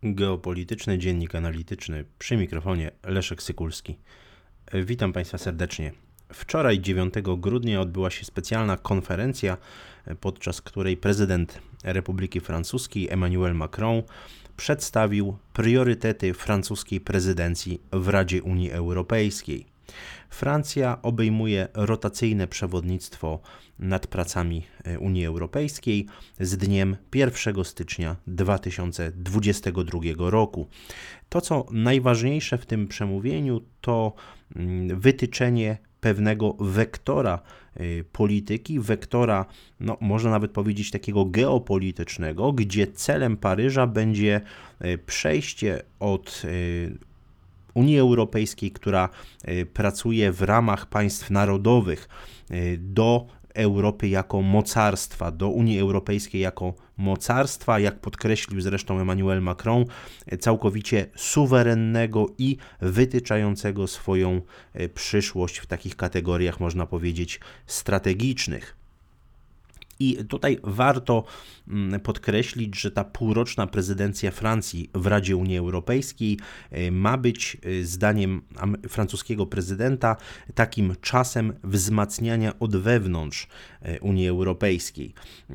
Geopolityczny Dziennik Analityczny, przy mikrofonie Leszek Sykulski. Witam Państwa serdecznie. Wczoraj, 9 grudnia, odbyła się specjalna konferencja, podczas której prezydent Republiki Francuskiej Emmanuel Macron przedstawił priorytety francuskiej prezydencji w Radzie Unii Europejskiej. Francja obejmuje rotacyjne przewodnictwo nad pracami Unii Europejskiej z dniem 1 stycznia 2022 roku. To, co najważniejsze w tym przemówieniu, to wytyczenie pewnego wektora polityki, wektora, można nawet powiedzieć takiego geopolitycznego, gdzie celem Paryża będzie przejście od Unii Europejskiej, która pracuje w ramach państw narodowych, do Europy jako mocarstwa, do Unii Europejskiej jako mocarstwa, jak podkreślił zresztą Emmanuel Macron, całkowicie suwerennego i wytyczającego swoją przyszłość w takich kategoriach, można powiedzieć, strategicznych. I tutaj warto podkreślić, że ta półroczna prezydencja Francji w Radzie Unii Europejskiej ma być, zdaniem francuskiego prezydenta, takim czasem wzmacniania od wewnątrz Unii Europejskiej.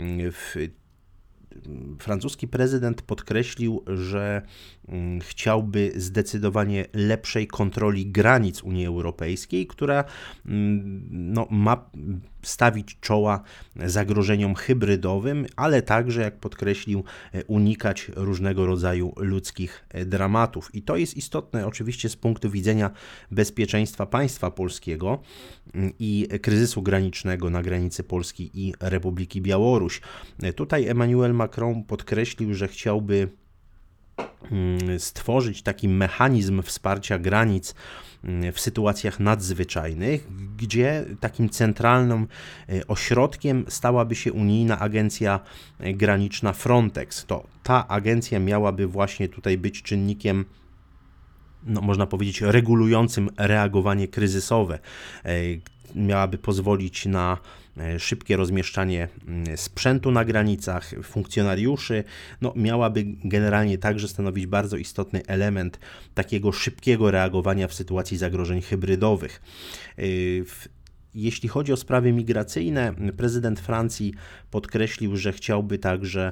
Francuski prezydent podkreślił, że chciałby zdecydowanie lepszej kontroli granic Unii Europejskiej, która ma stawić czoła zagrożeniom hybrydowym, ale także, jak podkreślił, unikać różnego rodzaju ludzkich dramatów. I to jest istotne oczywiście z punktu widzenia bezpieczeństwa państwa polskiego i kryzysu granicznego na granicy Polski i Republiki Białoruś. Tutaj Emmanuel Macron podkreślił, że chciałby stworzyć taki mechanizm wsparcia granic w sytuacjach nadzwyczajnych, gdzie takim centralnym ośrodkiem stałaby się unijna agencja graniczna Frontex. To ta agencja miałaby właśnie tutaj być czynnikiem, można powiedzieć, regulującym reagowanie kryzysowe. Miałaby pozwolić na szybkie rozmieszczanie sprzętu na granicach, funkcjonariuszy, miałaby generalnie także stanowić bardzo istotny element takiego szybkiego reagowania w sytuacji zagrożeń hybrydowych. Jeśli chodzi o sprawy migracyjne, prezydent Francji podkreślił, że chciałby także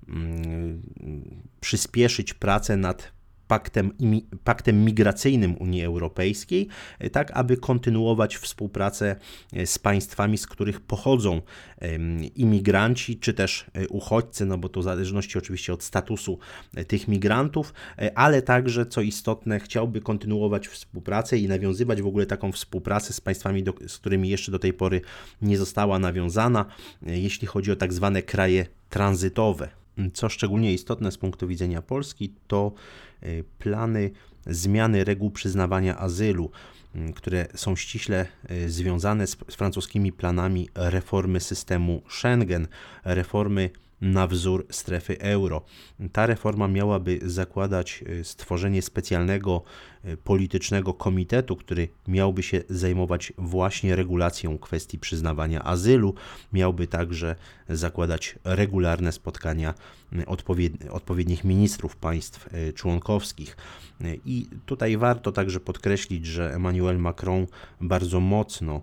przyspieszyć pracę nad paktem migracyjnym Unii Europejskiej, tak aby kontynuować współpracę z państwami, z których pochodzą imigranci, czy też uchodźcy, bo to w zależności oczywiście od statusu tych migrantów, ale także, co istotne, chciałby kontynuować współpracę i nawiązywać w ogóle taką współpracę z państwami, z którymi jeszcze do tej pory nie została nawiązana, jeśli chodzi o tak zwane kraje tranzytowe. Co szczególnie istotne z punktu widzenia Polski, to plany zmiany reguł przyznawania azylu, które są ściśle związane z francuskimi planami reformy systemu Schengen, reformy na wzór strefy euro. Ta reforma miałaby zakładać stworzenie specjalnego politycznego komitetu, który miałby się zajmować właśnie regulacją kwestii przyznawania azylu, miałby także zakładać regularne spotkania odpowiednich ministrów państw członkowskich. I tutaj warto także podkreślić, że Emmanuel Macron bardzo mocno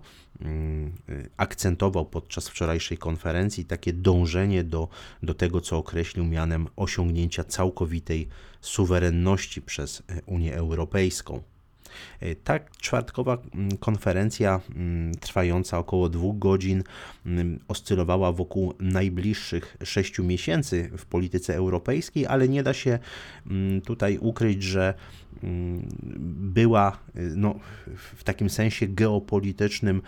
akcentował podczas wczorajszej konferencji takie dążenie do tego, co określił mianem osiągnięcia całkowitej suwerenności przez Unię Europejską. Ta czwartkowa konferencja, trwająca około 2 godzin, oscylowała wokół najbliższych 6 miesięcy w polityce europejskiej, ale nie da się tutaj ukryć, że była w takim sensie geopolitycznym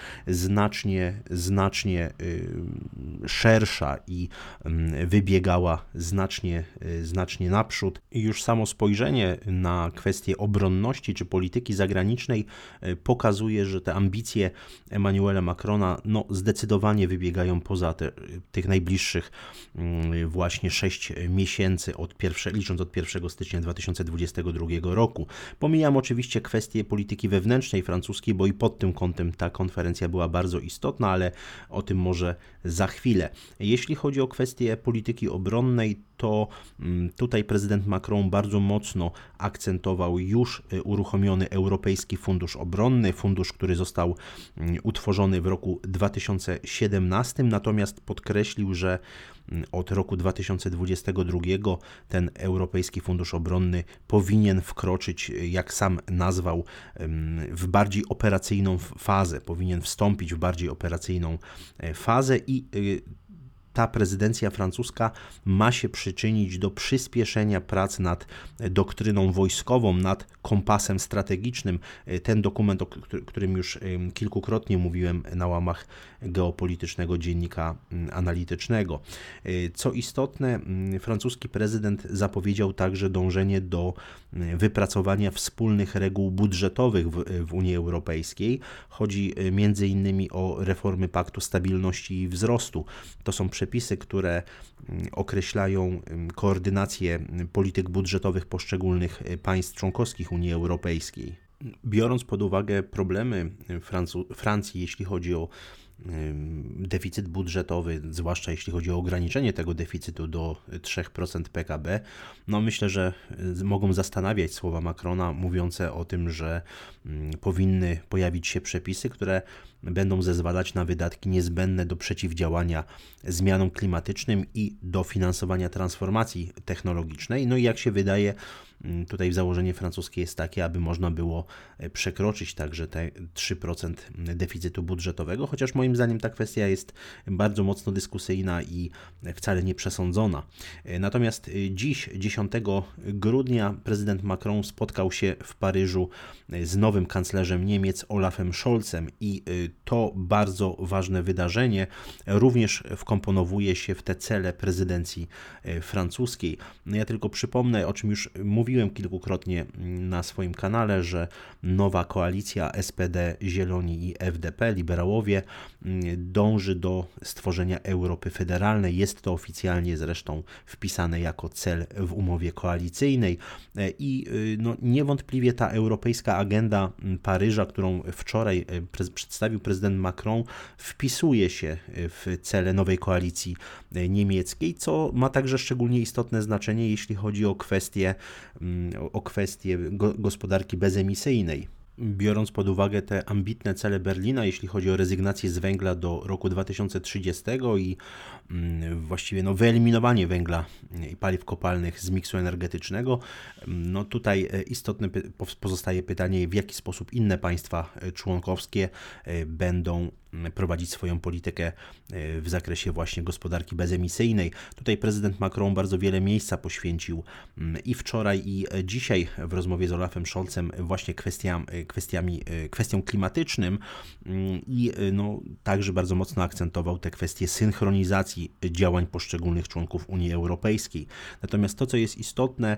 znacznie szersza i wybiegała znacznie naprzód. I już samo spojrzenie na kwestię obronności czy polityki zagranicznej pokazuje, że te ambicje Emmanuela Macrona zdecydowanie wybiegają poza tych najbliższych właśnie 6 miesięcy, licząc od 1 stycznia 2022 roku. Pomijam oczywiście kwestię polityki wewnętrznej francuskiej, bo i pod tym kątem ta konferencja była bardzo istotna, ale o tym może za chwilę. Jeśli chodzi o kwestię polityki obronnej, to tutaj prezydent Macron bardzo mocno akcentował już uruchomiony Europejski Fundusz Obronny, fundusz, który został utworzony w roku 2017, natomiast podkreślił, że od roku 2022 ten Europejski Fundusz Obronny powinien wkroczyć, jak sam nazwał, w bardziej operacyjną fazę, powinien wstąpić w bardziej operacyjną fazę i ta prezydencja francuska ma się przyczynić do przyspieszenia prac nad doktryną wojskową, nad kompasem strategicznym. Ten dokument, o którym już kilkukrotnie mówiłem na łamach geopolitycznego dziennika analitycznego. Co istotne, francuski prezydent zapowiedział także dążenie do wypracowania wspólnych reguł budżetowych w Unii Europejskiej. Chodzi m.in. o reformy Paktu Stabilności i Wzrostu. To są przepisy, które określają koordynację polityk budżetowych poszczególnych państw członkowskich Unii Europejskiej. Biorąc pod uwagę problemy Francji, jeśli chodzi o deficyt budżetowy, zwłaszcza jeśli chodzi o ograniczenie tego deficytu do 3% PKB, no myślę, że mogą zastanawiać słowa Macrona mówiące o tym, że powinny pojawić się przepisy, które będą zezwalać na wydatki niezbędne do przeciwdziałania zmianom klimatycznym i do finansowania transformacji technologicznej. No i jak się wydaje, tutaj założenie francuskie jest takie, aby można było przekroczyć także te 3% deficytu budżetowego, chociaż moim zdaniem ta kwestia jest bardzo mocno dyskusyjna i wcale nie przesądzona. Natomiast dziś, 10 grudnia, prezydent Macron spotkał się w Paryżu z nowym kanclerzem Niemiec Olafem Scholzem i to bardzo ważne wydarzenie również wkomponowuje się w te cele prezydencji francuskiej. No ja tylko przypomnę, o czym już mówiłem kilkukrotnie na swoim kanale, że nowa koalicja SPD, Zieloni i FDP, liberałowie, dąży do stworzenia Europy federalnej. Jest to oficjalnie zresztą wpisane jako cel w umowie koalicyjnej i no, niewątpliwie ta europejska agenda Paryża, którą wczoraj przedstawił prezydent Macron, wpisuje się w cele nowej koalicji niemieckiej, co ma także szczególnie istotne znaczenie, jeśli chodzi o kwestię gospodarki bezemisyjnej. Biorąc pod uwagę te ambitne cele Berlina, jeśli chodzi o rezygnację z węgla do roku 2030 i właściwie wyeliminowanie węgla i paliw kopalnych z miksu energetycznego, no tutaj istotne pozostaje pytanie, w jaki sposób inne państwa członkowskie będą prowadzić swoją politykę w zakresie właśnie gospodarki bezemisyjnej. Tutaj prezydent Macron bardzo wiele miejsca poświęcił i wczoraj, i dzisiaj w rozmowie z Olafem Scholzem właśnie kwestiom klimatycznym i także bardzo mocno akcentował te kwestie synchronizacji działań poszczególnych członków Unii Europejskiej. Natomiast to, co jest istotne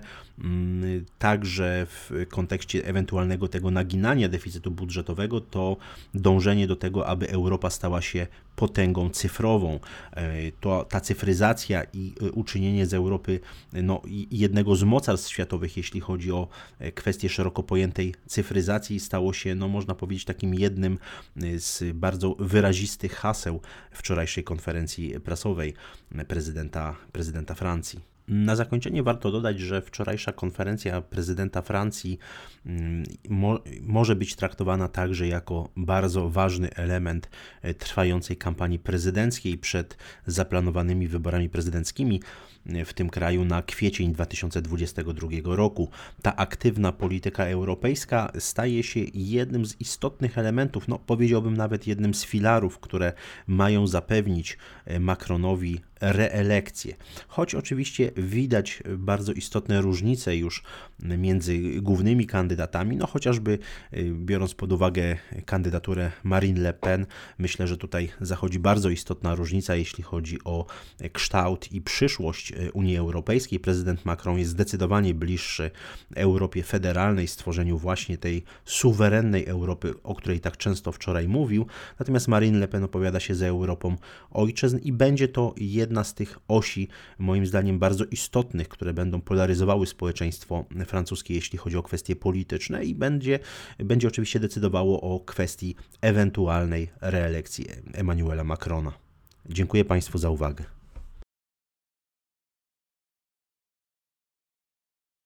także w kontekście ewentualnego tego naginania deficytu budżetowego, to dążenie do tego, aby Europa stała się potęgą cyfrową. Ta cyfryzacja i uczynienie z Europy jednego z mocarstw światowych, jeśli chodzi o kwestię szeroko pojętej cyfryzacji, stało się, można powiedzieć, takim jednym z bardzo wyrazistych haseł wczorajszej konferencji prasowej prezydenta Francji. Na zakończenie warto dodać, że wczorajsza konferencja prezydenta Francji może być traktowana także jako bardzo ważny element trwającej kampanii prezydenckiej przed zaplanowanymi wyborami prezydenckimi w tym kraju na kwiecień 2022 roku. Ta aktywna polityka europejska staje się jednym z istotnych elementów, powiedziałbym nawet jednym z filarów, które mają zapewnić Macronowi reelekcję. Choć oczywiście widać bardzo istotne różnice już między głównymi kandydatami, chociażby biorąc pod uwagę kandydaturę Marine Le Pen, myślę, że tutaj zachodzi bardzo istotna różnica, jeśli chodzi o kształt i przyszłość Unii Europejskiej. Prezydent Macron jest zdecydowanie bliższy Europie federalnej, stworzeniu właśnie tej suwerennej Europy, o której tak często wczoraj mówił, natomiast Marine Le Pen opowiada się za Europą ojczyzn i będzie to jedna z tych osi, moim zdaniem, bardzo istotnych, które będą polaryzowały społeczeństwo francuskie, jeśli chodzi o kwestie polityczne i będzie oczywiście decydowało o kwestii ewentualnej reelekcji Emmanuela Macrona. Dziękuję Państwu za uwagę.